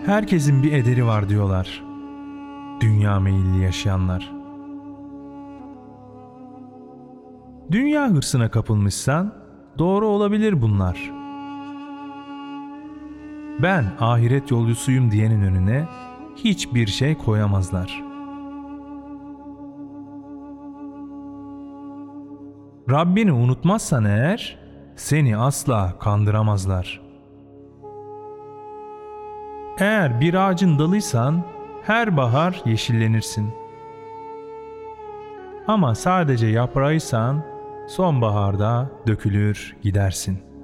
Herkesin bir ederi var diyorlar. Dünya meyilli yaşayanlar. Dünya hırsına kapılmışsan doğru olabilir bunlar. Ben ahiret yolcusuyum diyenin önüne hiçbir şey koyamazlar. Rabbini unutmazsan eğer seni asla kandıramazlar. Eğer bir ağacın dalıysan her bahar yeşillenirsin. Ama sadece yaprağıysan sonbaharda dökülür gidersin.